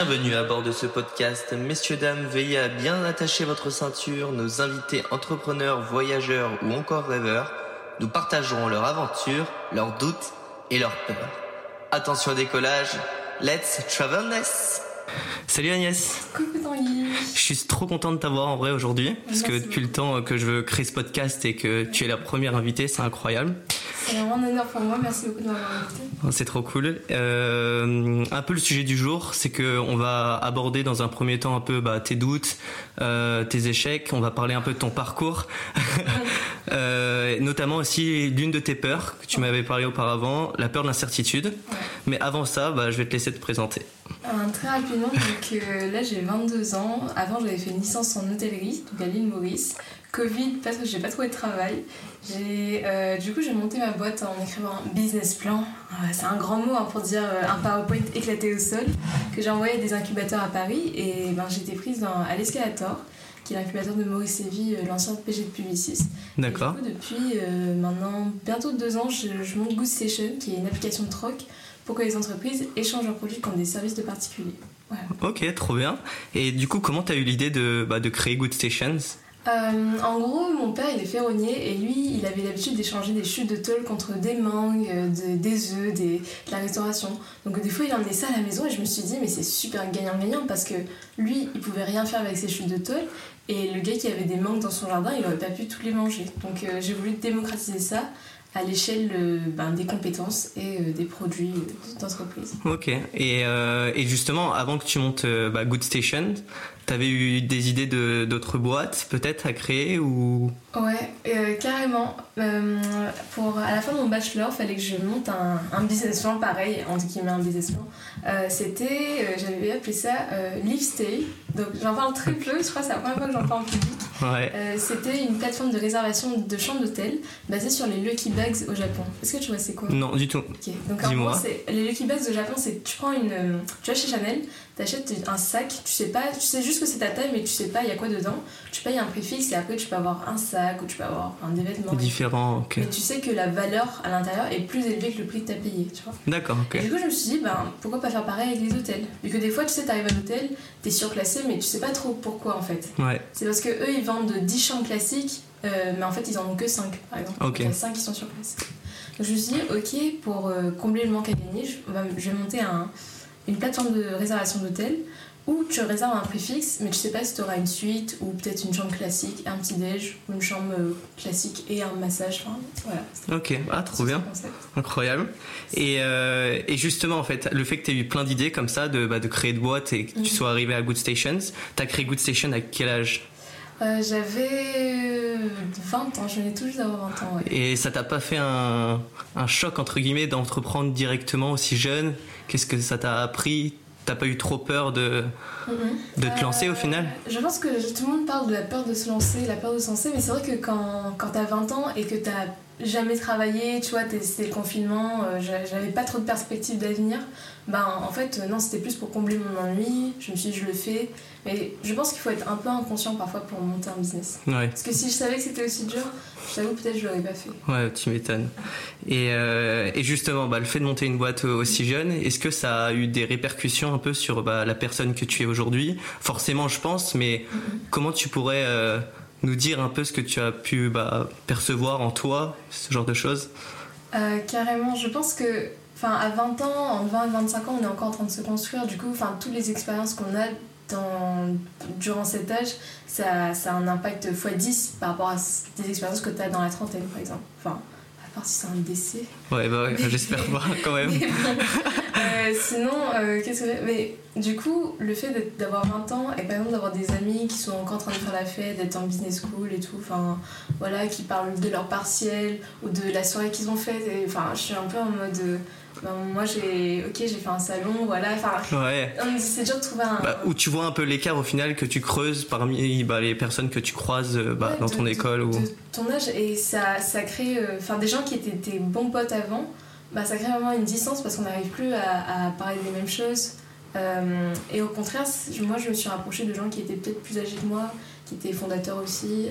Bienvenue à bord de ce podcast. Messieurs, dames, veillez à bien attacher votre ceinture. Nos invités entrepreneurs, voyageurs ou encore rêveurs nous partageront leurs aventures, leurs doutes et leurs peurs. Attention au décollage, let's travelness. Salut Agnès. Coucou Tanguy. Je suis trop content de t'avoir en vrai aujourd'hui, parce que depuis beaucoup. le temps que je veux créer ce podcast et que tu es la première invitée, c'est incroyable. C'est vraiment un honneur pour moi, merci beaucoup de m'avoir invité. C'est trop cool. Un peu le sujet du jour, c'est qu'on va aborder dans un premier temps un peu tes doutes, tes échecs. On va parler un peu de ton parcours, notamment aussi l'une de tes peurs que tu m'avais parlé auparavant, la peur de l'incertitude. Ouais. Mais avant ça, je vais te laisser te présenter. Très rapidement, donc, là j'ai 22 ans. Avant j'avais fait une licence en hôtellerie, donc à l'île Maurice. Covid, parce que j'ai pas trouvé de travail. Du coup j'ai monté ma boîte en écrivant un business plan. C'est un grand mot pour dire un PowerPoint éclaté au sol que j'ai envoyé à des incubateurs à Paris et j'ai été prise à l'Escalator, qui est l'incubateur de Maurice Sévy, l'ancien PG de Publicis. D'accord. Et du coup depuis maintenant bientôt 2 ans, je monte Good Station, qui est une application de troc pour que les entreprises échangent leurs produits contre des services de particuliers. Voilà. Ok, trop bien. Et du coup, comment tu as eu l'idée de créer Good Stations ? En gros, mon père il est ferronnier et lui il avait l'habitude d'échanger des chutes de tôle contre des mangues, des œufs, de la restauration. Donc des fois il emmenait ça à la maison et je me suis dit mais c'est super gagnant-gagnant parce que lui il pouvait rien faire avec ses chutes de tôle et le gars qui avait des mangues dans son jardin il aurait pas pu toutes les manger. Donc j'ai voulu démocratiser ça à l'échelle des compétences et des produits d'entreprise. Ok, et justement, avant que tu montes Good Station, t'avais eu des idées d'autres boîtes peut-être à créer ou... Ouais, carrément. À la fin de mon bachelor, fallait que je monte un business plan, pareil, entre guillemets un business plan. J'avais appelé ça Live Stay, donc j'en parle très peu, je crois que c'est la première fois que j'en parle en public. Ouais. C'était une plateforme de réservation de chambres d'hôtel basée sur les Lucky Bags au Japon. Est-ce que tu vois c'est quoi ? Non, du tout. Ok, donc dis-moi. En gros, les Lucky Bags au Japon, c'est tu prends tu vas chez Chanel, t'achètes un sac, tu sais juste que c'est ta taille, mais tu sais pas il y a quoi dedans. Tu payes un prix fixe et après tu peux avoir un sac ou tu peux avoir des vêtements. Différent, ok. Mais tu sais que la valeur à l'intérieur est plus élevée que le prix que t'as payé, tu vois. D'accord, ok. Et du coup, je me suis dit, pourquoi pas faire pareil avec les hôtels ? Vu que des fois, tu sais, t'arrives à l'hôtel, t'es surclassé, mais tu sais pas trop pourquoi en fait. Ouais. C'est parce que eux, ils vendent 10 chambres classiques, mais en fait, ils en ont que 5 par exemple. Ok. Donc, il y a 5 qui sont surclassés. Donc je me suis dit, ok, pour combler le manque à gagner, je vais monter une plateforme de réservation d'hôtel où tu réserves un prix fixe, mais tu sais pas si tu auras une suite ou peut-être une chambre classique, un petit déj ou une chambre classique et un massage. Voilà. Ok, trop bien, incroyable. Et justement en fait, le fait que tu aies eu plein d'idées comme ça de créer de boîtes et que tu sois arrivé à Good Stations, tu as créé Good Station à quel âge ? J'avais 20 ans, je venais tout juste d'avoir 20 ans. Ouais. Et ça t'a pas fait un choc entre guillemets d'entreprendre directement aussi jeune ? Qu'est-ce que ça t'a appris ? T'as pas eu trop peur de te lancer au final ? Je pense que tout le monde parle de la peur de se lancer, mais c'est vrai que quand t'as 20 ans et que t'as jamais travaillé, tu vois, c'était le confinement, j'avais pas trop de perspectives d'avenir, en fait, non, c'était plus pour combler mon ennui, je me suis dit, je le fais, mais je pense qu'il faut être un peu inconscient parfois pour monter un business. Ouais. Parce que si je savais que c'était aussi dur, je t'avoue, peut-être je l'aurais pas fait. Ouais, tu m'étonnes. Et justement, le fait de monter une boîte aussi jeune, est-ce que ça a eu des répercussions un peu sur la personne que tu es aujourd'hui ? Forcément, je pense, mais comment tu pourrais nous dire un peu ce que tu as pu percevoir en toi, ce genre de choses ? Carrément, je pense que à 20 ans, en 20 et 25 ans, on est encore en train de se construire. Du coup, toutes les expériences qu'on a durant cet âge, ça a un impact x10 par rapport à des expériences que tu as dans la trentaine, par exemple. À part si c'est un décès. Ouais, j'espère pas quand même. Sinon, qu'est-ce que... Mais du coup, le fait d'avoir 20 ans et par exemple d'avoir des amis qui sont encore en train de faire la fête, d'être en business school et tout, qui parlent de leur partiel ou de la soirée qu'ils ont faite, et je suis un peu en mode... moi j'ai fait un salon, voilà, ouais. C'est dur de trouver où tu vois un peu l'écart au final que tu creuses parmi les personnes que tu croises dans ton école ou... de ton âge, et ça crée des gens qui étaient tes bons potes avant, ça crée vraiment une distance parce qu'on n'arrive plus à parler des mêmes choses, et au contraire, moi je me suis rapprochée de gens qui étaient peut-être plus âgés que moi, qui étaient fondateurs aussi,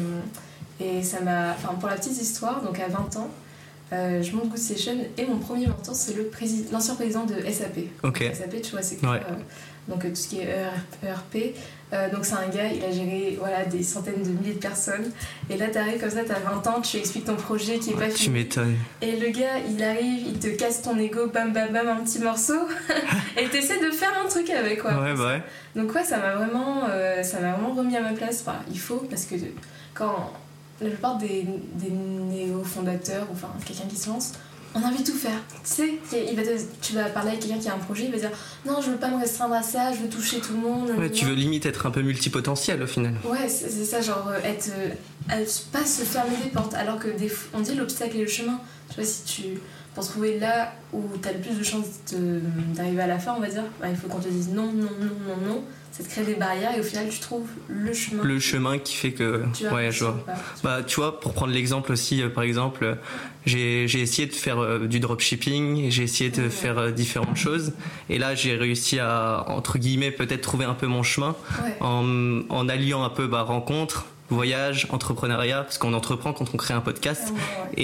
et ça m'a... pour la petite histoire, donc à 20 ans, je monte Good Station et mon premier mentor c'est l'ancien président de SAP. Okay. SAP, tu vois, c'est quoi, donc tout ce qui est ERP. Donc c'est un gars, il a géré des centaines de milliers de personnes. Et là t'arrives comme ça, t'as 20 ans, tu expliques ton projet qui est pas fini. Tu m'étonnes. Et le gars, il arrive, il te casse ton ego, bam bam bam, un petit morceau. Et t'essaies de faire un truc avec, quoi. Ouais. Donc ça m'a vraiment remis à ma place. Enfin, il faut, parce que quand la plupart des néo-fondateurs, ou enfin quelqu'un qui se lance, on a envie de tout faire. Tu sais, tu vas parler avec quelqu'un qui a un projet, il va dire non, je veux pas me restreindre à ça, je veux toucher tout le monde. Ouais, tu veux limite être un peu multipotentiel au final. Ouais, c'est ça, genre pas se fermer des portes, alors que on dit l'obstacle et le chemin. Tu vois, pour trouver là où t'as le plus de chances d'arriver à la fin, on va dire, il faut qu'on te dise non, ça te crée des barrières et au final tu trouves le chemin. Le chemin qui fait que... Ouais, je vois. Tu vois, pour prendre l'exemple aussi, par exemple, j'ai essayé de faire du dropshipping, j'ai essayé de faire différentes choses et là j'ai réussi à, entre guillemets, peut-être trouver un peu mon chemin en alliant un peu rencontres, voyage, entrepreneuriat, parce qu'on entreprend quand on crée un podcast.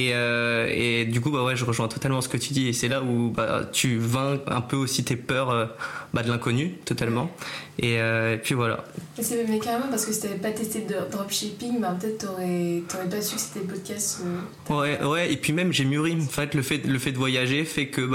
Et du coup, je rejoins totalement ce que tu dis. Et c'est là où tu vaincs un peu aussi tes peurs de l'inconnu, totalement. Et puis voilà. Mais carrément, parce que si t'avais pas testé de dropshipping, peut-être t'aurais pas su que c'était le podcast. Ouais, et puis même j'ai mûri. En fait, le fait de voyager fait que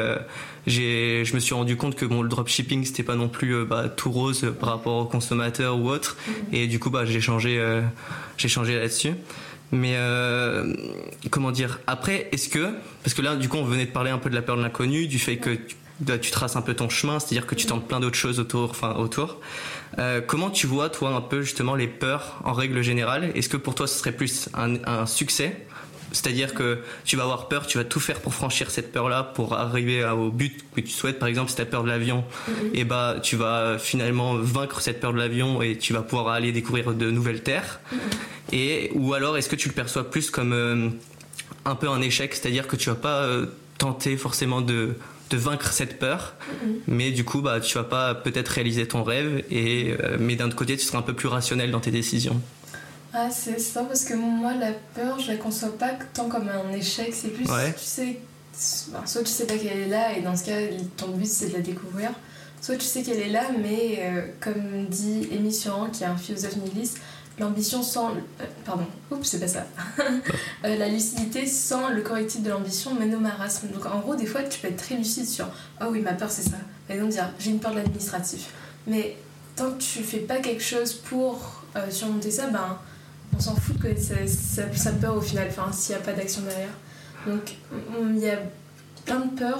je me suis rendu compte que le dropshipping c'était pas non plus tout rose par rapport aux consommateurs ou autres. Et du coup, j'ai changé là-dessus. Mais comment dire, après, parce que là du coup on venait de parler un peu de la peur de l'inconnu, du fait que tu traces un peu ton chemin, c'est-à-dire que tu tentes plein d'autres choses autour. Comment tu vois toi un peu justement les peurs en règle générale? Est-ce que pour toi ce serait plus un succès? C'est-à-dire que tu vas avoir peur, tu vas tout faire pour franchir cette peur-là, pour arriver au but que tu souhaites. Par exemple, si tu as peur de l'avion, et tu vas finalement vaincre cette peur de l'avion et tu vas pouvoir aller découvrir de nouvelles terres. Ou alors, est-ce que tu le perçois plus comme un peu un échec, c'est-à-dire que tu vas pas tenter forcément de vaincre cette peur, mais du coup, tu vas pas peut-être réaliser ton rêve, mais d'un autre côté, tu seras un peu plus rationnel dans tes décisions. Ah, c'est ça, parce que moi, la peur, je la conçois pas tant comme un échec, c'est plus, tu sais, soit tu sais pas qu'elle est là, et dans ce cas, ton but, c'est de la découvrir, soit tu sais qu'elle est là, mais comme dit Émile Cioran, qui est un philosophe nihiliste, l'ambition sans... c'est pas ça. La lucidité sans le correctif de l'ambition mène au marasme. Donc en gros, des fois, tu peux être très lucide sur « Ah oui, ma peur, c'est ça ». Par exemple, dire « J'ai une peur de l'administratif ». Mais tant que tu fais pas quelque chose pour surmonter ça, on s'en fout que ça peur au final, s'il n'y a pas d'action derrière. Donc il y a plein de peurs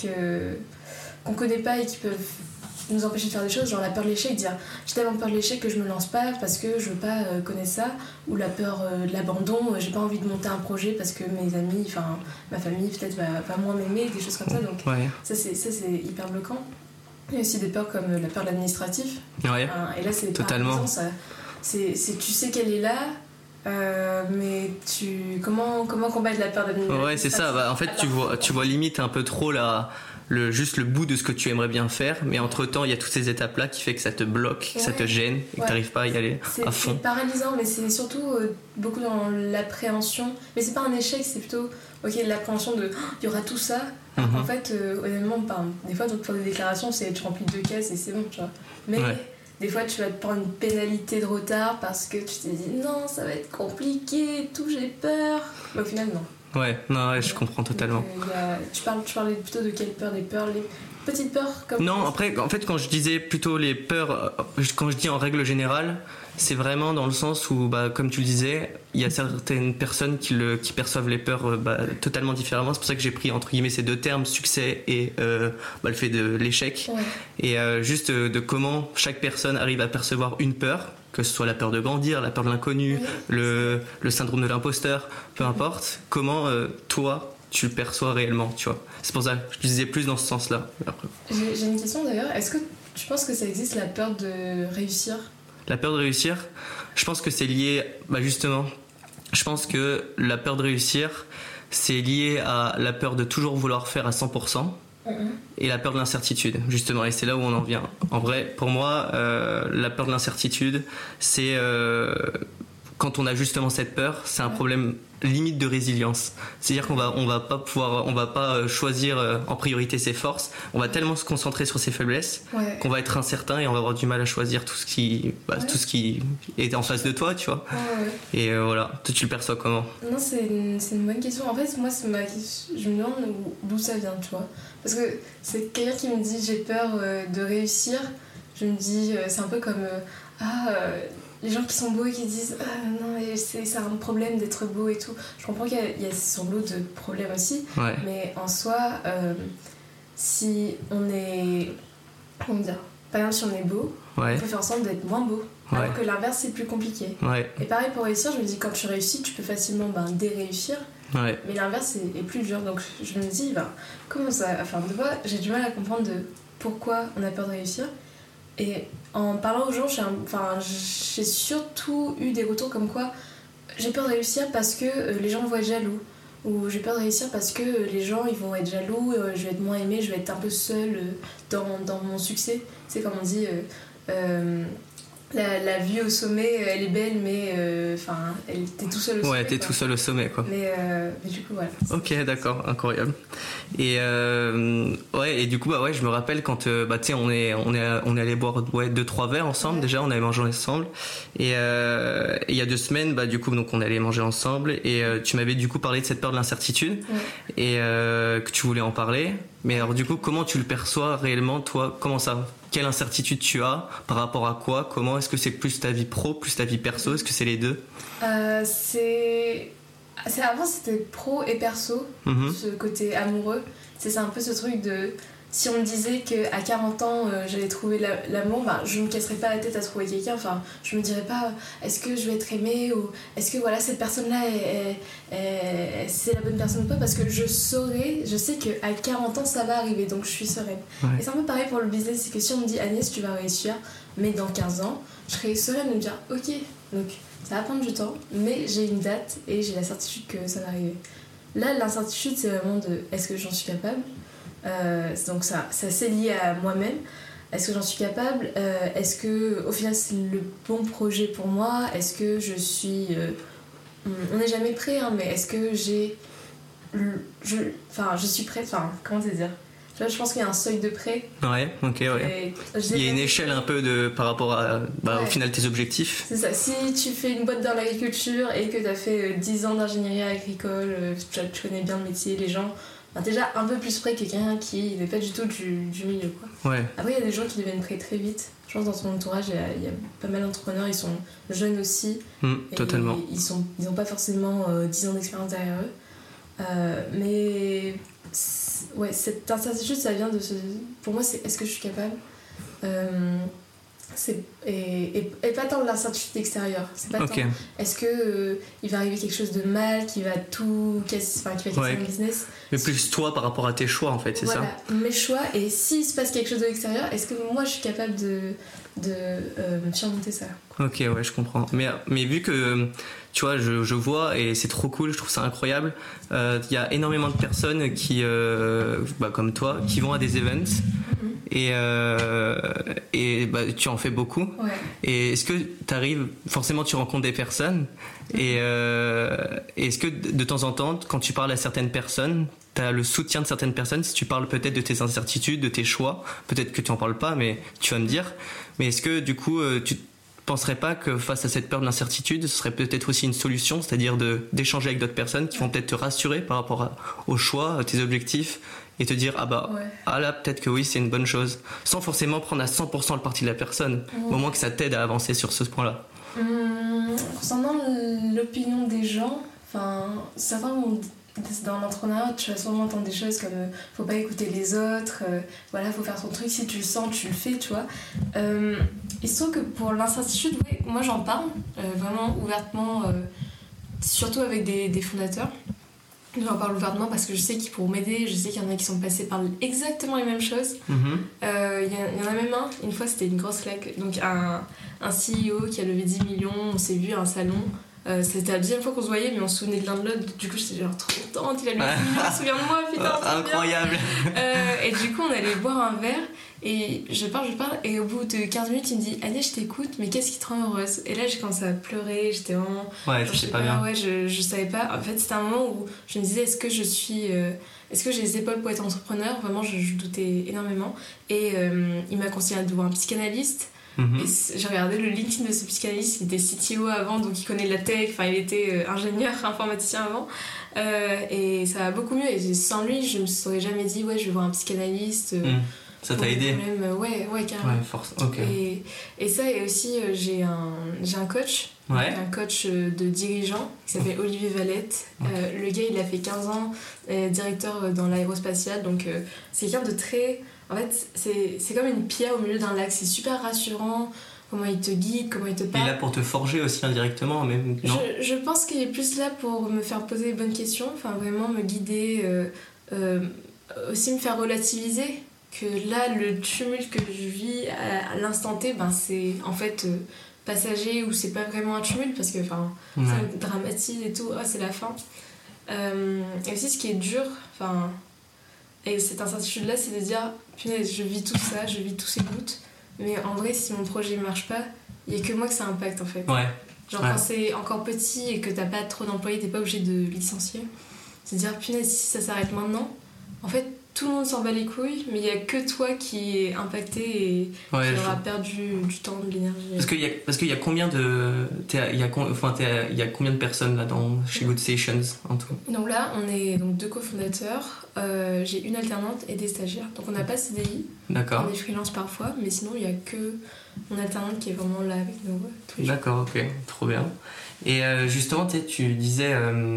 qu'on connaît pas et qui peuvent nous empêcher de faire des choses, genre la peur de l'échec, dire j'ai tellement peur de l'échec que je me lance pas parce que je veux pas connaître ça, ou la peur de l'abandon, j'ai pas envie de monter un projet parce que mes amis, ma famille peut-être va moins m'aimer, des choses comme ça, donc ça c'est hyper bloquant. Il y a aussi des peurs comme la peur de l'administratif, et là c'est totalement. Tu sais qu'elle est là, mais comment combattre la peur d'administratif? Ouais, c'est ça. En fait, tu vois limite un peu trop juste le bout de ce que tu aimerais bien faire, mais entre temps il y a toutes ces étapes là qui fait que ça te bloque, que ça te gêne et que t'arrives pas à y aller à fond. C'est paralysant, mais c'est surtout beaucoup dans l'appréhension, mais c'est pas un échec, c'est plutôt l'appréhension de il y aura tout ça. En fait honnêtement, des fois pour des déclarations c'est tu remplis 2 cases et c'est bon, tu vois, mais des fois tu vas te prendre une pénalité de retard parce que tu t'es dit non, ça va être compliqué, tout, j'ai peur, mais au final non. Je comprends totalement. Tu parlais plutôt de quelle peur? Des peurs, les petites peurs comme... Non, après, en fait, quand je disais plutôt les peurs, quand je dis en règle générale, c'est vraiment dans le sens où, comme tu le disais, il y a certaines personnes qui perçoivent les peurs totalement différemment. C'est pour ça que j'ai pris, entre guillemets, ces 2 termes, succès et le fait de l'échec. Et juste de comment chaque personne arrive à percevoir une peur, que ce soit la peur de grandir, la peur de l'inconnu, le syndrome de l'imposteur, peu importe, comment toi tu le perçois réellement, tu vois. C'est pour ça que je disais plus dans ce sens-là. J'ai une question d'ailleurs, est-ce que tu penses que ça existe la peur de réussir? La peur de réussir, je pense que c'est lié, justement, je pense que la peur de réussir, c'est lié à la peur de toujours vouloir faire à 100%. Et la peur de l'incertitude, justement, et c'est là où on en vient. En vrai, pour moi, la peur de l'incertitude, c'est quand on a justement cette peur, c'est un problème limite de résilience. C'est-à-dire qu'on va pas choisir en priorité ses forces. On va tellement se concentrer sur ses faiblesses qu'on va être incertain et on va avoir du mal à choisir tout ce qui est en face de toi, tu vois. Et voilà. Toi, tu le perçois comment? Non, c'est une bonne question. En fait, moi, je me demande d'où ça vient, tu vois. Parce que c'est quelqu'un qui me dit j'ai peur de réussir. Je me dis, c'est un peu comme les gens qui sont beaux et qui disent non, c'est un problème d'être beau et tout. Je comprends qu'il y a son lot de problèmes aussi, mais en soi, si on est. Comment dire? Par exemple, si on est beau, on peut faire en sorte d'être moins beau. Alors que l'inverse, c'est plus compliqué. Et pareil pour réussir, je me dis quand tu réussis, tu peux facilement déréussir. Mais l'inverse est plus dur. Donc je me dis, comment ça. Enfin, de fois, j'ai du mal à comprendre de pourquoi on a peur de réussir. Et en parlant aux gens, j'ai surtout eu des retours comme quoi j'ai peur de réussir parce que les gens me voient jaloux. Ou j'ai peur de réussir parce que les gens ils vont être jaloux, je vais être moins aimée, je vais être un peu seule dans mon succès. C'est comme on dit, la vue au sommet, elle est belle, mais t'es tout seul au sommet. T'es tout seul au sommet, quoi. Mais du coup, voilà. Ok, d'accord, incroyable. Et et du coup, je me rappelle quand, tu sais, on est allé boire 2-3 verres ensemble. Déjà, on avait mangé ensemble. Et il y a 2 semaines, du coup, donc on allait manger ensemble. Et tu m'avais du coup parlé de cette peur de l'incertitude et que tu voulais en parler. Mais alors, du coup, comment tu le perçois réellement, toi? Comment ça? Quelle incertitude tu as? Par rapport à quoi? Comment? Est-ce que c'est plus ta vie pro, plus ta vie perso? Est-ce que c'est les deux? Avant, c'était pro et perso, ce côté amoureux. C'est un peu ce truc de... Si on me disait qu'à 40 ans, j'allais trouver l'amour, je me casserais pas la tête à trouver quelqu'un. Enfin, je me dirais pas, est-ce que je vais être aimée ou est-ce que cette personne-là, c'est la bonne personne ou pas? Parce que je sais qu'à 40 ans, ça va arriver, donc je suis sereine. Et c'est un peu pareil pour le business, c'est que si on me dit, Agnès, tu vas réussir, mais dans 15 ans, je serai sereine de me dire, ok, donc ça va prendre du temps, mais j'ai une date et j'ai la certitude que ça va arriver. Là, l'incertitude, c'est vraiment de, est-ce que j'en suis capable? Donc ça c'est lié à moi-même. Est-ce que j'en suis capable? Est-ce que au final c'est le bon projet pour moi? Est-ce que je suis on n'est jamais prêt, mais est-ce que je suis prête? Comment te dire? Je pense qu'il y a un seuil de prêt. Il y a une échelle un peu par rapport à au final tes objectifs. C'est ça. Si tu fais une boîte dans l'agriculture et que tu as fait 10 ans d'ingénierie agricole, tu connais bien le métier, les gens, t'es déjà un peu plus près que quelqu'un qui n'est pas du tout du milieu, quoi. Après, il y a des gens qui deviennent prêts très vite. Je pense que dans ton entourage, il y a pas mal d'entrepreneurs, ils sont jeunes aussi. Totalement. Ils n'ont pas forcément 10 ans d'expérience derrière eux. Mais cette incertitude, ça vient de pour moi, c'est est-ce que je suis capable? Et pas tant de l'incertitude extérieure. C'est pas tant est-ce que il va arriver quelque chose de mal qui va tout casser, qui va casser mon business. Mais plus toi par rapport à tes choix, en fait, c'est ça? Mes choix, et s'il se passe quelque chose de l'extérieur, est-ce que moi je suis capable de surmonter ça? Ok, je comprends. Mais vu que tu vois, je vois, et c'est trop cool, je trouve ça incroyable, il y a énormément de personnes qui comme toi, qui vont à des events et tu en fais beaucoup. Et est-ce que t'arrives, forcément tu rencontres des personnes et est-ce que de temps en temps, quand tu parles à certaines personnes, t'as le soutien de certaines personnes? Si tu parles peut-être de tes incertitudes, de tes choix, peut-être que tu en parles pas, mais tu vas me dire. Mais est-ce que du coup tu penserais pas que face à cette peur de l'incertitude, ce serait peut-être aussi une solution, c'est-à-dire d'échanger avec d'autres personnes qui vont peut-être te rassurer par rapport aux choix, à tes objectifs, et te dire là peut-être que oui, c'est une bonne chose, sans forcément prendre à 100% le parti de la personne, au moins que ça t'aide à avancer sur ce point-là. Concernant l'opinion des gens, certains vont... Dans l'entrepreneuriat, tu vas sûrement entendre des choses comme faut pas écouter les autres, faut faire ton truc, si tu le sens, tu le fais, tu vois. Il se trouve que pour l'incertitude, moi j'en parle vraiment ouvertement, surtout avec des fondateurs. J'en parle ouvertement parce que je sais qu'ils pourront m'aider, je sais qu'il y en a qui sont passés par exactement les mêmes choses. Il y en a même une fois c'était une grosse claque, donc un CEO qui a levé 10 millions, on s'est vu à un salon. C'était la deuxième fois qu'on se voyait, mais on se souvenait de l'un de l'autre. Du coup, j'étais genre trop contente. Il a le souviens de moi, putain. Incroyable. Et du coup, on allait boire un verre. Et je parle. Et au bout de 15 minutes, il me dit Agnès, je t'écoute, mais qu'est-ce qui te rend heureuse? Et là, j'ai commencé à pleurer. J'étais vraiment. Ouais, je sais pas bien. Ouais, je savais pas. En fait, c'était un moment où je me disais est-ce que j'ai les épaules pour être entrepreneur? Vraiment, je doutais énormément. Et il m'a conseillé de voir un psychanalyste. Et j'ai regardé le LinkedIn de ce psychanalyste, il était CTO avant, donc il connaît la tech, enfin il était ingénieur informaticien avant, et ça va beaucoup mieux. Et sans lui, je me serais jamais dit ouais, je vais voir un psychanalyste. Ça t'a aidé? Ouais, carrément. Ouais, force. Ok. Et ça, et aussi j'ai un coach, un coach de dirigeant qui s'appelle Olivier Valette. Le gars, il a fait 15 ans directeur dans l'aérospatiale, donc c'est quelqu'un de très. En fait, c'est comme une pierre au milieu d'un lac, c'est super rassurant, comment il te guide, comment il te parle. Il est là pour te forger aussi indirectement, même, non? Je pense qu'il est plus là pour me faire poser les bonnes questions, enfin vraiment me guider, aussi me faire relativiser, que là, le tumulte que je vis à l'instant T, ben, c'est en fait passager, ou c'est pas vraiment un tumulte, parce que ça dramatise et tout, c'est la fin. Et aussi, ce qui est dur, et cette incertitude-là, c'est de dire punaise, je vis tout ça, je vis tous ces doutes, mais en vrai, si mon projet ne marche pas, il n'y a que moi que ça impacte en fait. Genre quand c'est encore petit et que t'as pas trop d'employés, t'es pas obligé de licencier. C'est de dire punaise, si ça s'arrête maintenant, en fait, tout le monde s'en bat les couilles, mais il n'y a que toi qui est impacté et qui aura perdu du temps, de l'énergie. Parce qu'il y a combien de. Il y a combien de personnes là chez Good Sessions en tout? Donc là, on est donc 2 cofondateurs, j'ai une alternante et des stagiaires. Donc on n'a pas CDI. D'accord. On est freelance parfois, mais sinon il n'y a que mon alternante qui est vraiment là avec nous tous les jours. D'accord, ok, trop bien. Et justement, tu disais.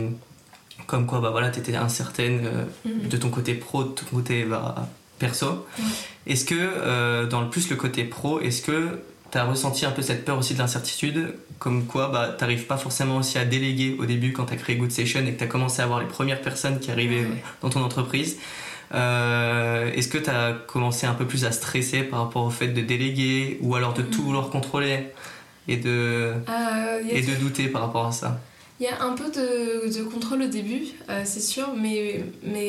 Comme quoi, t'étais incertaine de ton côté pro, de ton côté perso. Est-ce que, dans le côté pro, est-ce que t'as ressenti un peu cette peur aussi de l'incertitude, comme quoi t'arrives pas forcément aussi à déléguer au début quand t'as créé Good Session et que t'as commencé à avoir les premières personnes qui arrivaient dans ton entreprise? Est-ce que t'as commencé un peu plus à stresser par rapport au fait de déléguer, ou alors de tout vouloir contrôler et de douter par rapport à ça? Il y a un peu de contrôle au début, c'est sûr, mais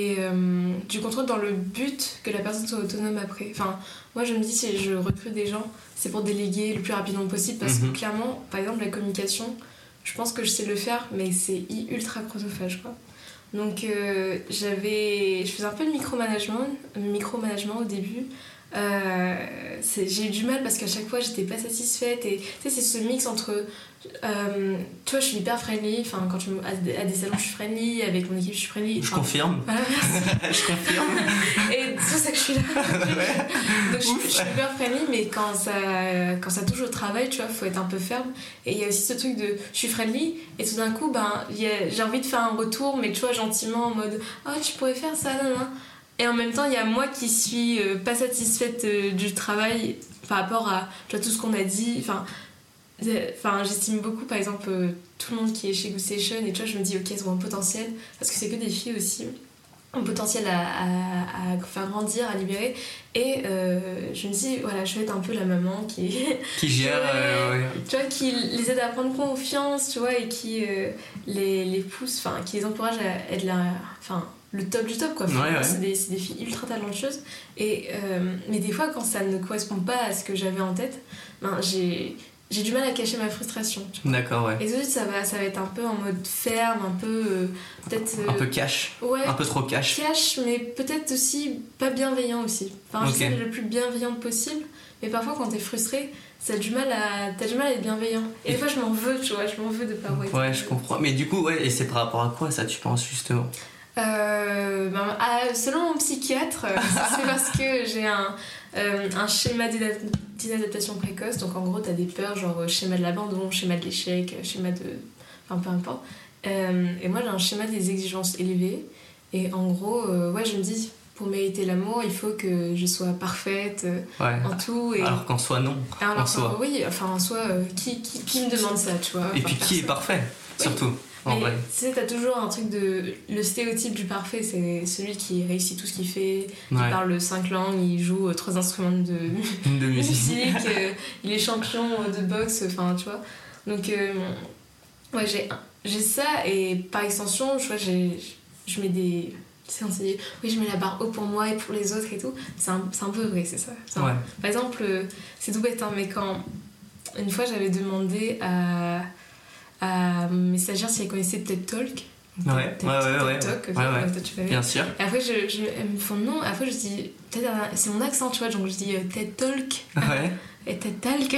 du contrôle dans le but que la personne soit autonome après. Enfin, moi je me dis, si je recrute des gens, c'est pour déléguer le plus rapidement possible, parce que clairement, par exemple, la communication, je pense que je sais le faire, mais c'est ultra chronophage, quoi. Donc je faisais un peu de micromanagement au début. J'ai eu du mal parce qu'à chaque fois j'étais pas satisfaite, et tu sais, c'est ce mix entre tu vois, je suis hyper friendly, quand je à des salons je suis friendly, avec mon équipe je suis friendly, je confirme. Voilà, merci. Je confirme. Et c'est pour ça que je suis là. Donc je suis hyper friendly, mais quand ça touche au travail, tu vois, faut être un peu ferme. Et il y a aussi ce truc de je suis friendly, et tout d'un coup j'ai envie de faire un retour, mais tu vois, gentiment, en mode tu pourrais faire ça, nan. Et en même temps, il y a moi qui suis pas satisfaite du travail par rapport à tout ce qu'on a dit. J'estime beaucoup, par exemple, tout le monde qui est chez Good Session, et tu vois, je me dis, ok, ils ont un potentiel, parce que c'est que des filles aussi, un potentiel à faire grandir, à libérer. Et je me dis, voilà, je vais être un peu la maman qui gère, tu vois, qui les aide à prendre confiance, tu vois, et qui les pousse, qui les encourage à être le top du top, quoi. C'est des filles ultra talentueuses, et mais des fois, quand ça ne correspond pas à ce que j'avais en tête, j'ai du mal à cacher ma frustration. D'accord, ouais. Et tout de suite, ça va être un peu en mode ferme, un peu peut-être un peu cash. Ouais, un peu trop cash, mais peut-être aussi pas bienveillant aussi. J'essaie d'être le plus bienveillante possible, mais parfois quand t'es frustré, t'as du mal à être bienveillant. Et des fois, je m'en veux, tu vois, de pas avoir été. Ouais, je comprends. Mais du coup, et c'est par rapport à quoi ça, tu penses, justement? Selon mon psychiatre, c'est parce que j'ai un schéma d'inadaptation précoce. Donc en gros, t'as des peurs, genre schéma de l'abandon, schéma de l'échec, schéma de... peu importe. Et moi, j'ai un schéma des exigences élevées. Et en gros, je me dis, pour mériter l'amour, il faut que je sois parfaite en tout. Et... Alors qu'en soi, non. En soi, qui me demande ça, tu vois. Et puis qui est parfait, surtout. Mais tu sais, t'as toujours un truc le stéréotype du parfait, c'est celui qui réussit tout ce qu'il fait, qui parle 5 langues, il joue 3 instruments de musique, il est champion de boxe, tu vois. Donc Ouais, j'ai ça, et par extension, je vois, je mets des... Tu sais, on s'est dit, oui, je mets la barre haut pour moi et pour les autres et tout. C'est un peu vrai, c'est ça. Ouais. Par exemple, c'est tout bête, hein, mais quand... Une fois, j'avais demandé à mes stagiaires si elles connaissaient TED Talk. Ouais. Tu connais. Bien sûr. Et après, elles me font non. Après, je dis, peut-être, c'est mon accent, tu vois, donc je dis TED Talk. Ouais. Et TED Talk.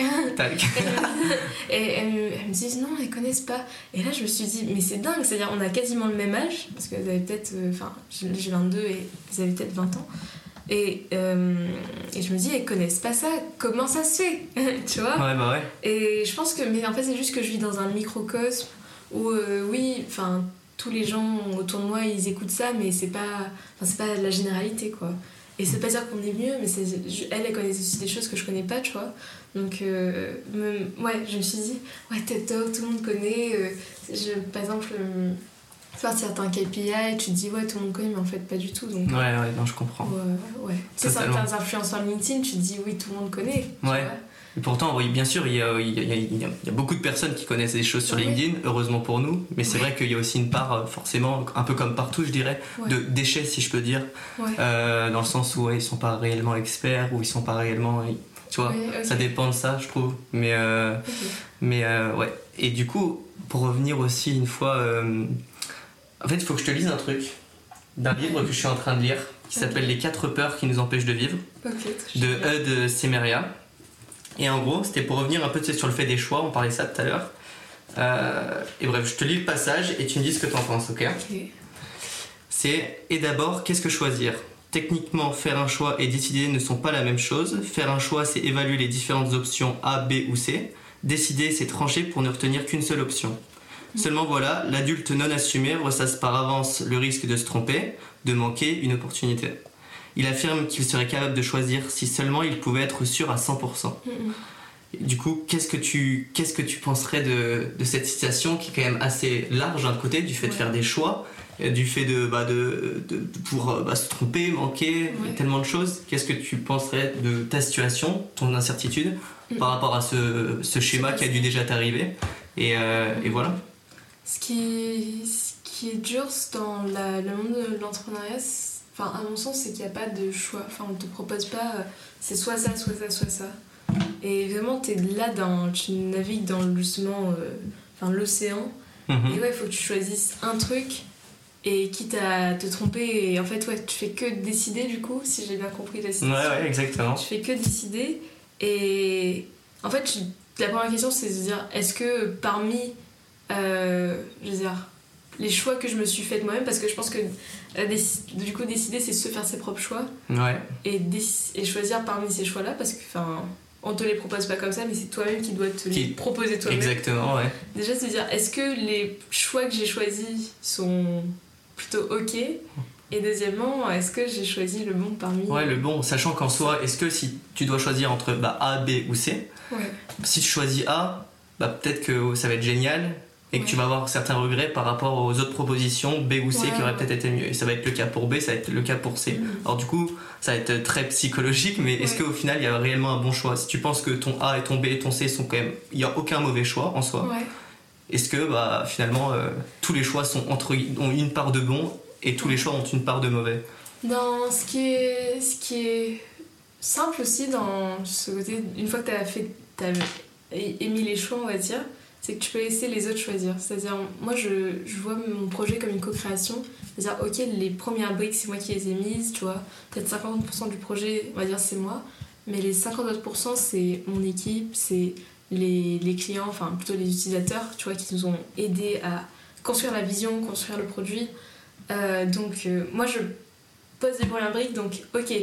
Et elles me disent non, elles connaissent pas. Et là, je me suis dit, mais c'est dingue, c'est-à-dire, on a quasiment le même âge, parce qu'elles avaient peut-être, j'ai 22 et elles avaient peut-être 20 ans. Et je me dis, elles connaissent pas ça, comment ça se fait? Tu vois? Ouais, bah ouais. Et je pense que, mais en fait, c'est juste que je vis dans un microcosme où, oui, enfin, tous les gens autour de moi, ils écoutent ça, mais c'est pas la généralité, quoi. Et c'est pas dire qu'on est mieux, mais elles connaissent aussi des choses que je connais pas, tu vois. Donc, ouais, je me suis dit, ouais, TED Talk, tout le monde connaît. Par exemple, faire certains KPI, tu te dis, ouais, tout le monde connaît, mais en fait, pas du tout. Donc, ouais, non, je comprends. Ouais. Tu sais, certains influenceurs LinkedIn, tu te dis, oui, tout le monde connaît. Ouais. Et pourtant, oui, bien sûr, il y a beaucoup de personnes qui connaissent des choses sur LinkedIn, heureusement pour nous, mais c'est vrai qu'il y a aussi une part, forcément, un peu comme partout, je dirais, de déchets, si je peux dire, dans le sens où ils sont pas réellement experts, ou ils sont pas réellement... Tu vois, ça dépend de ça, je trouve. Mais ouais. Et du coup, pour revenir aussi une fois... En fait, il faut que je te lise un truc d'un livre que je suis en train de lire, qui s'appelle Les 4 peurs qui nous empêchent de vivre, de Eudes Semeria. Et en gros, c'était pour revenir un peu sur le fait des choix, on parlait de ça tout à l'heure. Et bref, je te lis le passage et tu me dis ce que tu en penses, ok? C'est « Et d'abord, qu'est-ce que choisir ? Techniquement, faire un choix et décider ne sont pas la même chose. Faire un choix, c'est évaluer les différentes options A, B ou C. Décider, c'est trancher pour ne retenir qu'une seule option. Seulement voilà, l'adulte non assumé ressasse par avance le risque de se tromper, de manquer une opportunité. Il affirme qu'il serait capable de choisir si seulement il pouvait être sûr à 100%. Et du coup, qu'est-ce que tu penserais de cette situation qui est quand même assez large d'un côté, du fait de faire des choix, du fait de pouvoir se tromper, manquer, tellement de choses. Qu'est-ce que tu penserais de ta situation, ton incertitude, par rapport à ce schéma qui a dû déjà t'arriver et voilà. Ce qui est dur dans le monde de l'entrepreneuriat, à mon sens, c'est qu'il n'y a pas de choix. Enfin, on te propose pas, c'est soit ça, soit ça, soit ça. Et vraiment, t'es là, tu navigues dans justement l'océan. Et ouais, il faut que tu choisisses un truc, et quitte à te tromper. Et en fait, ouais, tu fais que décider, du coup, si j'ai bien compris la situation. Ouais, exactement. Tu fais que décider. Et en fait, la première question, c'est de se dire, est-ce que parmi, je veux dire, les choix que je me suis fait moi-même, parce que je pense que du coup décider, c'est se faire ses propres choix, et choisir parmi ces choix-là, parce que on te les propose pas comme ça, mais c'est toi-même qui dois te les proposer toi-même. Exactement, ouais. Déjà se dire, est-ce que les choix que j'ai choisis sont plutôt ok, et deuxièmement, est-ce que j'ai choisi le bon parmi... Ouais, le bon, sachant qu'en soi, est-ce que si tu dois choisir entre A, B ou C, si tu choisis A, peut-être que ça va être génial, et que tu vas avoir certains regrets par rapport aux autres propositions B ou C qui auraient peut-être été mieux. Et ça va être le cas pour B, ça va être le cas pour C. Alors du coup, ça va être très psychologique, mais est-ce qu'au final, il y a réellement un bon choix? Si tu penses que ton A et ton B et ton C sont quand même... Il n'y a aucun mauvais choix en soi. Est-ce que finalement, tous les choix ont une part de bon et tous les choix ont une part de mauvais? Dans ce qui est simple aussi, dans ce côté, une fois que t'as émis les choix, on va dire, c'est que tu peux laisser les autres choisir. C'est-à-dire, moi, je vois mon projet comme une co-création. C'est-à-dire, ok, les premières briques, c'est moi qui les ai mises, tu vois. Peut-être 50% du projet, on va dire, c'est moi. Mais les 50 autres %, c'est mon équipe, c'est les clients, enfin, plutôt les utilisateurs, tu vois, qui nous ont aidés à construire la vision, construire le produit. Moi, je pose les premières briques, donc, ok,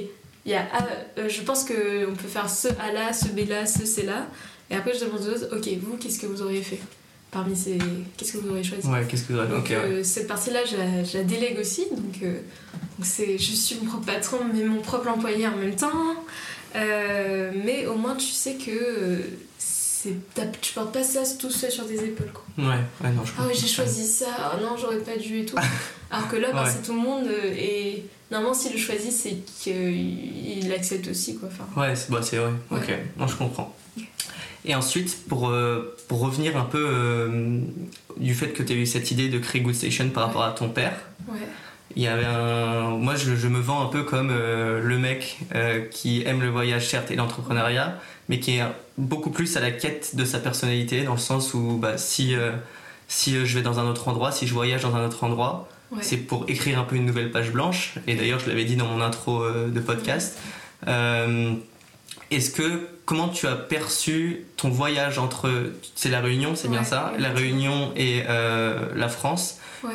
je pense qu'on peut faire ce A là, ce B là, ce C là. Et après, je demande aux autres, ok, vous, qu'est-ce que vous auriez fait parmi ces... Qu'est-ce que vous auriez choisi? Ouais, qu'est-ce que vous auriez... Donc, cette partie-là, je la délègue aussi. Donc je suis mon propre patron, mais mon propre employé en même temps. Mais au moins, tu sais que tu portes pas ça tout seul sur tes épaules, quoi. Ouais, non, je comprends. Ah oui, j'ai choisi ça. Oh non, j'aurais pas dû et tout. Alors que là, c'est tout le monde. Et normalement, s'il le choisit, c'est qu'il accepte aussi, quoi. Ouais, c'est vrai. Ok, non, je comprends. Et ensuite, pour revenir un peu du fait que tu as eu cette idée de créer Good Station par rapport à ton père, il y avait moi je me vends un peu comme le mec qui aime le voyage certes et l'entrepreneuriat, mais qui est beaucoup plus à la quête de sa personnalité, dans le sens où si je vais dans un autre endroit, si je voyage dans un autre endroit, c'est pour écrire un peu une nouvelle page blanche. Et d'ailleurs je l'avais dit dans mon intro de podcast. Comment tu as perçu ton voyage entre, c'est la Réunion, c'est bien ça, la Réunion et la France.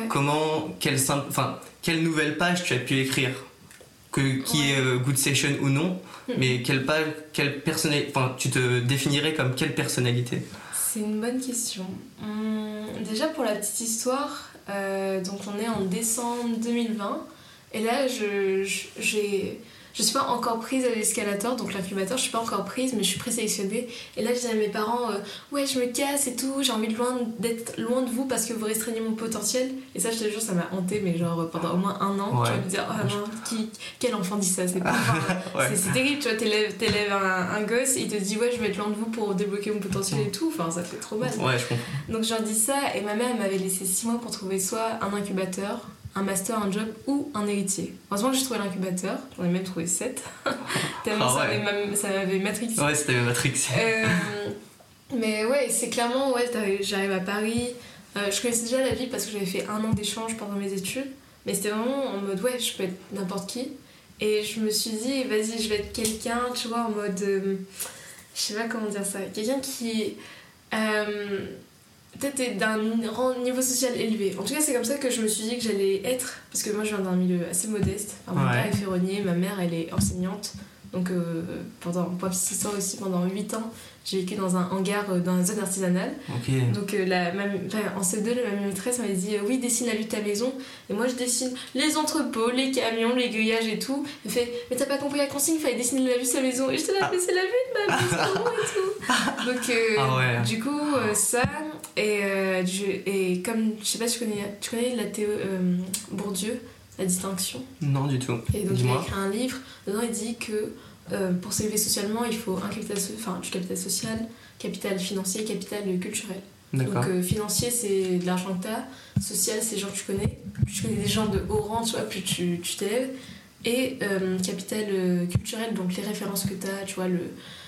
Quelle nouvelle page tu as pu écrire, qui est Good Station ou non, mais quelle personnalité, tu te définirais comme quelle personnalité? C'est une bonne question. Déjà pour la petite histoire, donc on est en décembre 2020 et là je suis pas encore prise à l'escalator, donc l'incubateur, je suis pas encore prise, mais je suis présélectionnée. Et là, je disais à mes parents, ouais, je me casse et tout, j'ai envie d'être loin de vous parce que vous restreignez mon potentiel. Et ça, je te jure, ça m'a hantée, mais genre pendant au moins 1 an, tu vas me dire, oh non, quel enfant dit ça? C'est pas c'est terrible, tu vois, t'élèves un gosse, et il te dit, ouais, je vais être loin de vous pour débloquer mon potentiel et tout, enfin, ça fait trop mal. Ouais, je comprends. Donc, je leur dis ça, et ma mère, elle m'avait laissé 6 mois pour trouver soit un incubateur, un master, un job ou un héritier. Heureusement que j'ai trouvé l'incubateur, j'en ai même trouvé 7. Tellement ça m'avait matrixé. Ouais, c'était matrixé. Mais ouais, c'est clairement, j'arrive à Paris. Je connaissais déjà la ville parce que j'avais fait 1 an d'échange pendant mes études. Mais c'était vraiment en mode, ouais, je peux être n'importe qui. Et je me suis dit, vas-y, je vais être quelqu'un, tu vois, en mode... je sais pas comment dire ça. Quelqu'un qui... peut-être d'un niveau social élevé. En tout cas, c'est comme ça que je me suis dit que j'allais être, parce que moi je viens d'un milieu assez modeste. Mon père est ferronnier, ma mère elle est enseignante. Donc pendant 8 ans, j'ai vécu dans un hangar dans la zone artisanale. Donc en CE2, ma maîtresse m'avait dit oui, dessine la vue de ta maison. Et moi je dessine les entrepôts, les camions, les grillages et tout. Elle fait mais t'as pas compris la consigne, il fallait dessiner la vue de sa maison. Et je te l'ai fait, c'est la vue de ma maison et tout. Donc du coup ça et comme je sais pas si tu connais la Bourdieu, la distinction. Non du tout. Et donc il a écrit un livre, dedans il dit que pour s'élever socialement, il faut du capital social, capital financier, capital culturel. D'accord. Donc financier, c'est de l'argent que t'as, social, c'est les gens que tu connais. Plus tu connais des gens de haut rang, tu vois, plus tu t'élèves. Et capital culturel, donc les références que t'as, tu vois,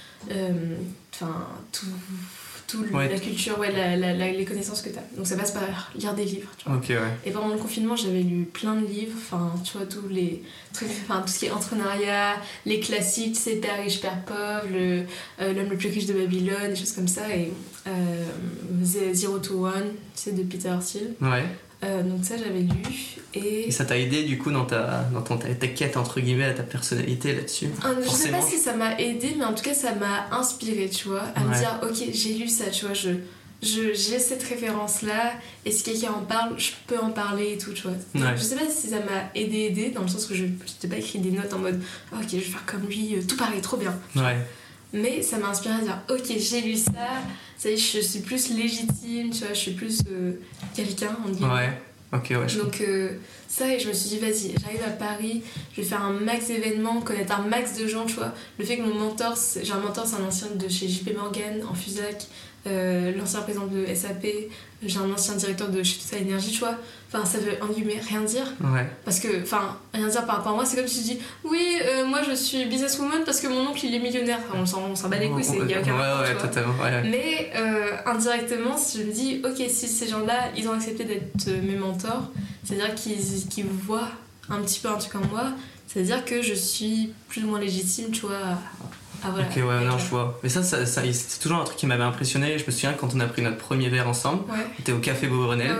la culture, les connaissances que t'as. Donc ça passe par lire des livres, tu vois. Et pendant le confinement, j'avais lu plein de livres, tu vois, tous les trucs, tout ce qui est entrepreneuriat, les classiques, tu sais, Père riche, Père pauvre, l'homme le plus riche de Babylone, des choses comme ça, et Zero to One, tu sais, de Peter Thiel. Donc ça, j'avais lu. Et ça t'a aidé du coup dans ta quête entre guillemets à ta personnalité là-dessus? Je sais pas si ça m'a aidé, mais en tout cas ça m'a inspiré, tu vois, à me dire ok, j'ai lu ça, tu vois, j'ai cette référence là, et si quelqu'un en parle, je peux en parler et tout, tu vois. Donc, je sais pas si ça m'a aidé dans le sens que je t'ai pas écrit des notes en mode ok, je vais faire comme lui, tout pareil, trop bien. Mais ça m'a inspiré à dire ok, j'ai lu ça, ça y est, je suis plus légitime, tu vois, je suis plus quelqu'un en guillemets. Donc ça, et je me suis dit vas-y, j'arrive à Paris, je vais faire un max d'événements, connaître un max de gens, tu vois. Le fait que mon mentor, j'ai un mentor, c'est un ancien de chez JP Morgan en Fusac, l'ancien président de SAP, j'ai un ancien directeur de chez Total Energy, tu vois. Enfin, ça veut en guillemets rien dire. Parce que, rien dire par rapport à moi, c'est comme si tu dis oui, moi je suis businesswoman parce que mon oncle il est millionnaire. Enfin, on s'en bat les couilles, il y a aucun rapport, totalement. Mais indirectement, si je me dis ok, si ces gens-là ils ont accepté d'être mes mentors, c'est-à-dire qu'ils voient un petit peu un truc en moi, c'est-à-dire que je suis plus ou moins légitime, tu vois. Je vois. Mais ça, c'est toujours un truc qui m'avait impressionné. Je me souviens quand on a pris notre premier verre ensemble, on était au Café Beaubrenel,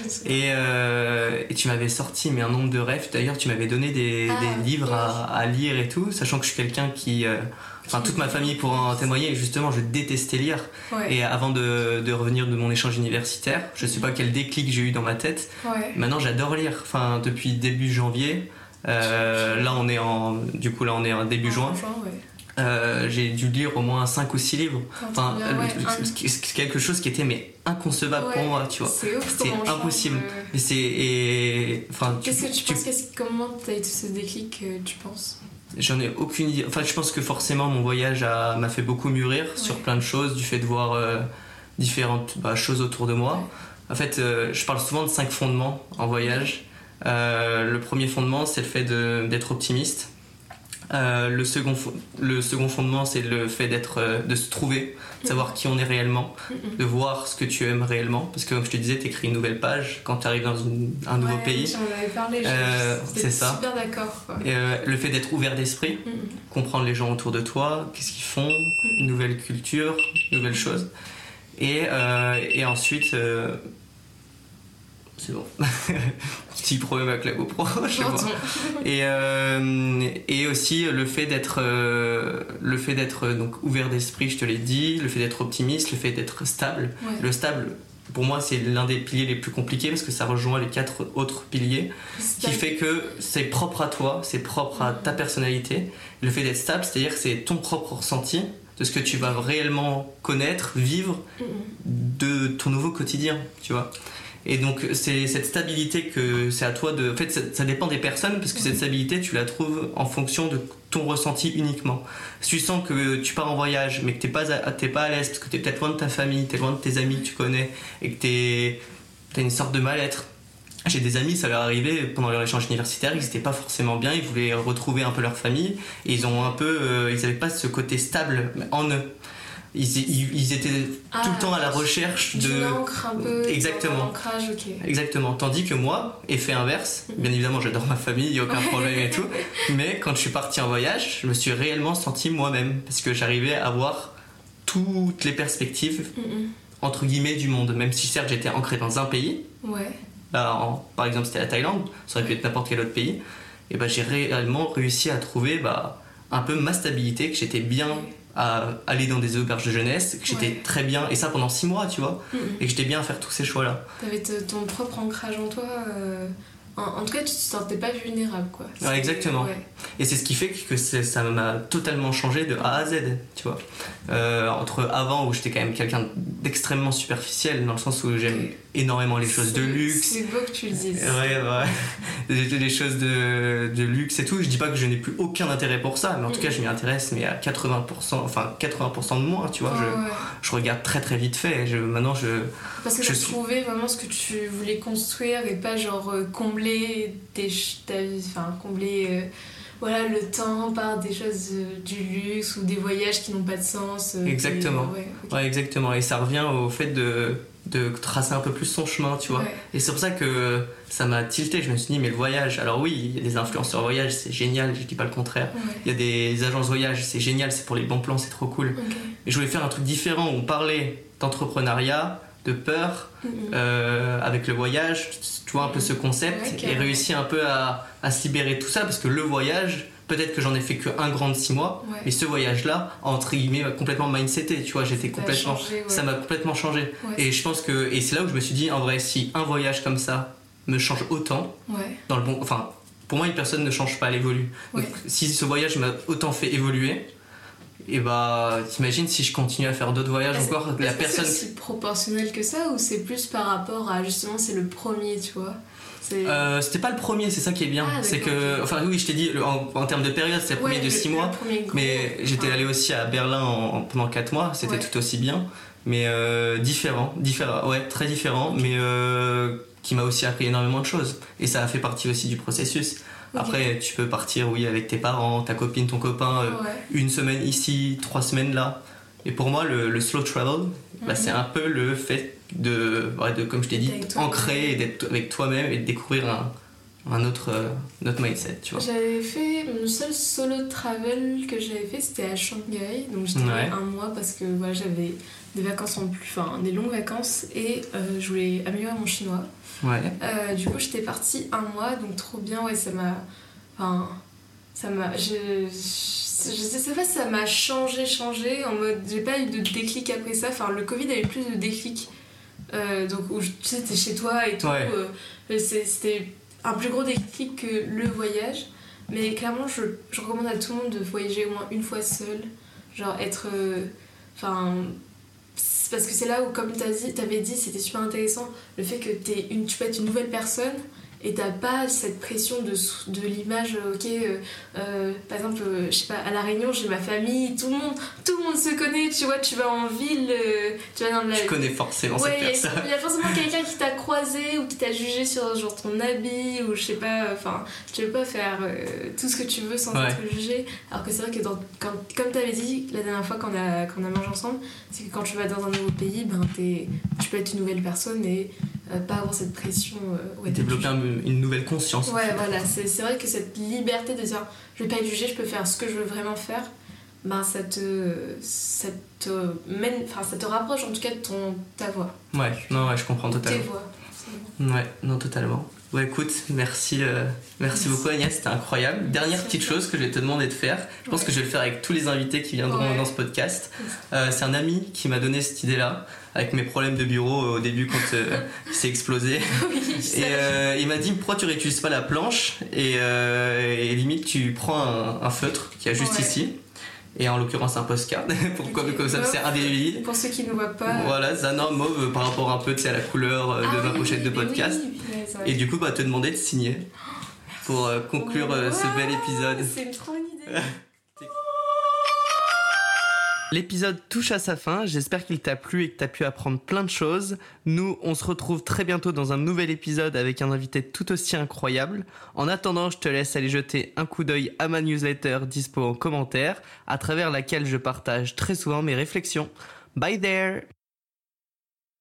et tu m'avais sorti un nombre de rêves. D'ailleurs, tu m'avais donné des livres à lire et tout, sachant que je suis quelqu'un qui... toute ma famille pourra en témoigner. Justement, je détestais lire. Et avant de revenir de mon échange universitaire, je sais pas quel déclic j'ai eu dans ma tête. Maintenant, j'adore lire. Depuis début janvier. Là, on est en début juin. J'ai dû lire au moins 5 ou 6 livres. Quelque chose qui était inconcevable pour moi, tu vois. C'était impossible. Qu'est-ce que tu penses, comment t'as eu ce déclic, tu penses? J'en ai aucune idée. Enfin, je pense que forcément mon voyage m'a fait beaucoup mûrir sur plein de choses, du fait de voir différentes choses autour de moi. En fait, je parle souvent de 5 fondements en voyage. Le premier fondement, c'est le fait d'être optimiste. Le second fondement, c'est le fait de se trouver, de savoir qui on est réellement, de voir ce que tu aimes réellement. Parce que comme je te disais, tu écris une nouvelle page quand tu arrives dans un nouveau pays. J'en avais parlé, c'est ça. Super d'accord. Quoi. Le fait d'être ouvert d'esprit, comprendre les gens autour de toi, qu'est-ce qu'ils font, une nouvelle culture, nouvelles choses. Et ensuite... c'est bon. Petit problème avec la GoPro, je sais pas. Et aussi le fait d'être donc ouvert d'esprit, je te l'ai dit, le fait d'être optimiste, le fait d'être stable. Ouais. Le stable, pour moi, c'est l'un des piliers les plus compliqués parce que ça rejoint les 4 autres piliers, qui fait que c'est propre à toi, c'est propre à ta personnalité. Le fait d'être stable, c'est-à-dire que c'est ton propre ressenti de ce que tu vas réellement connaître, vivre de ton nouveau quotidien, tu vois. Et donc c'est cette stabilité que c'est à toi de... En fait ça dépend des personnes parce que cette stabilité tu la trouves en fonction de ton ressenti uniquement. Si tu sens que tu pars en voyage mais que t'es pas à l'aise parce que t'es peut-être loin de ta famille, t'es loin de tes amis que tu connais et que t'as une sorte de mal-être. J'ai des amis, ça leur arrivait pendant leur échange universitaire, ils étaient pas forcément bien, ils voulaient retrouver un peu leur famille et ils avaient pas ce côté stable en eux. Ils étaient tout le temps à la recherche de ancre un peu. Exactement. Ancrage, ok. Exactement. Tandis que moi, effet inverse, bien évidemment j'adore ma famille, il n'y a aucun problème et tout, mais quand je suis parti en voyage, je me suis réellement senti moi-même parce que j'arrivais à voir toutes les perspectives entre guillemets du monde, même si certes j'étais ancré dans un pays. Ouais. Là, par exemple c'était la Thaïlande, ça aurait pu être n'importe quel autre pays, et j'ai réellement réussi à trouver un peu ma stabilité, que j'étais bien à aller dans des auberges de jeunesse, que j'étais très bien, et ça pendant 6 mois, tu vois, et que j'étais bien à faire tous ces choix-là. T'avais ton propre ancrage en toi, en tout cas tu te sentais pas vulnérable, quoi. Ouais, exactement. Ouais. Et c'est ce qui fait que ça m'a totalement changé de A à Z, tu vois. Entre avant où j'étais quand même quelqu'un d'extrêmement superficiel, dans le sens où j'aime énormément les choses de luxe. C'est beau que tu le dises. Ouais. Les choses de luxe et tout. Je dis pas que je n'ai plus aucun intérêt pour ça, mais en tout cas je m'y intéresse, mais à 80% de moins, tu vois. Je regarde très très vite fait. Parce que tu as trouvé vraiment ce que tu voulais construire et pas genre combler voilà, le temps par des choses du luxe ou des voyages qui n'ont pas de sens. Exactement. Ouais, exactement. Et ça revient au fait de tracer un peu plus son chemin, tu vois. Ouais. Et c'est pour ça que ça m'a tilté. Je me suis dit, mais le voyage, alors oui, il y a des influenceurs voyage, c'est génial, je dis pas le contraire. Il y a des agences voyage, c'est génial, c'est pour les bons plans, c'est trop cool. Et je voulais faire un truc différent où on parlait d'entrepreneuriat, de peur, avec le voyage, tu vois, un peu ce concept, et réussir un peu à se libérer de tout ça, parce que le voyage, peut-être que j'en ai fait qu'un grand de 6 mois, mais ce voyage-là, entre guillemets, complètement mindseté, tu vois, ça m'a complètement changé. Et je pense et c'est là où je me suis dit, en vrai, si un voyage comme ça me change autant, dans le bon, enfin, pour moi, une personne ne change pas, elle évolue. Donc, si ce voyage m'a autant fait évoluer, et t'imagines si je continue à faire d'autres voyages encore, la personne... C'est aussi proportionnel que ça, ou c'est plus par rapport à, justement, c'est le premier, tu vois? C'était pas le premier, c'est ça qui est bien. C'est que, enfin oui, je t'ai dit, en termes de période, c'est le premier de 6 mois, mais j'étais allé aussi à Berlin pendant 4 mois, c'était tout aussi bien, mais différent, très différent, mais qui m'a aussi appris énormément de choses, et ça a fait partie aussi du processus. Après, tu peux partir, avec tes parents, ta copine, ton copain, 1 semaine ici, 3 semaines là. Et pour moi, le slow travel, c'est un peu le fait de comme je t'ai dit, ancrer et d'être avec toi-même et de découvrir un autre mindset, tu vois. J'avais fait, mon seul solo travel que j'avais fait, c'était à Shanghai. Donc j'étais 1 mois parce que j'avais des vacances des longues vacances, et je voulais améliorer mon chinois. Du coup j'étais partie 1 mois, donc trop bien. Ça m'a je sais pas si ça m'a changé en mode, j'ai pas eu de déclic après ça. Le Covid avait plus de déclic, donc où tu sais, t'es chez toi et tout, c'était un plus gros déclic que le voyage. Mais clairement je recommande à tout le monde de voyager au moins 1 fois seul, genre être parce que c'est là où, comme t'avais dit, c'était super intéressant, le fait que tu peux être une nouvelle personne et t'as pas cette pression de l'image. Ok, par exemple, je sais pas, à La Réunion, j'ai ma famille, tout le monde se connaît, tu vois, tu vas en ville, tu vas dans la... Je connais forcément cette personne. Il y a forcément quelqu'un qui t'a croisé ou qui t'a jugé sur genre ton habit ou je sais pas, enfin, tu peux pas faire tout ce que tu veux sans être jugé. Alors que c'est vrai que comme t'avais dit la dernière fois qu'on a mangé ensemble, c'est que quand tu vas dans un nouveau pays, ben tu peux être une nouvelle personne et pas avoir cette pression. Développer une nouvelle conscience. Ouais, voilà, c'est vrai que cette liberté de dire je vais pas être jugée, je peux faire ce que je veux vraiment faire, ben ça te rapproche en tout cas de ta voix. Ouais, non, ouais, je comprends totalement. Tes voix. Ouais, non, totalement. Ouais, écoute, merci beaucoup Agnès, c'était incroyable. Dernière petite chose que je vais te demander de faire, je pense que je vais le faire avec tous les invités qui viendront dans ce podcast. C'est un ami qui m'a donné cette idée-là, avec mes problèmes de bureau au début quand c'est explosé. Et il m'a dit pourquoi tu réutilises pas la planche et limite tu prends un feutre qu'il y a juste ici. Et en l'occurrence un postcard comme ça c'est indélébile pour ceux qui ne voient pas. Voilà, c'est un or mauve par rapport un peu à la couleur de ma pochette de podcast. Et du coup te demander de signer pour conclure ce bel épisode. C'est une trop bonne idée. L'épisode touche à sa fin, j'espère qu'il t'a plu et que t'as pu apprendre plein de choses. Nous, on se retrouve très bientôt dans un nouvel épisode avec un invité tout aussi incroyable. En attendant, je te laisse aller jeter un coup d'œil à ma newsletter dispo en commentaire, à travers laquelle je partage très souvent mes réflexions. Bye there!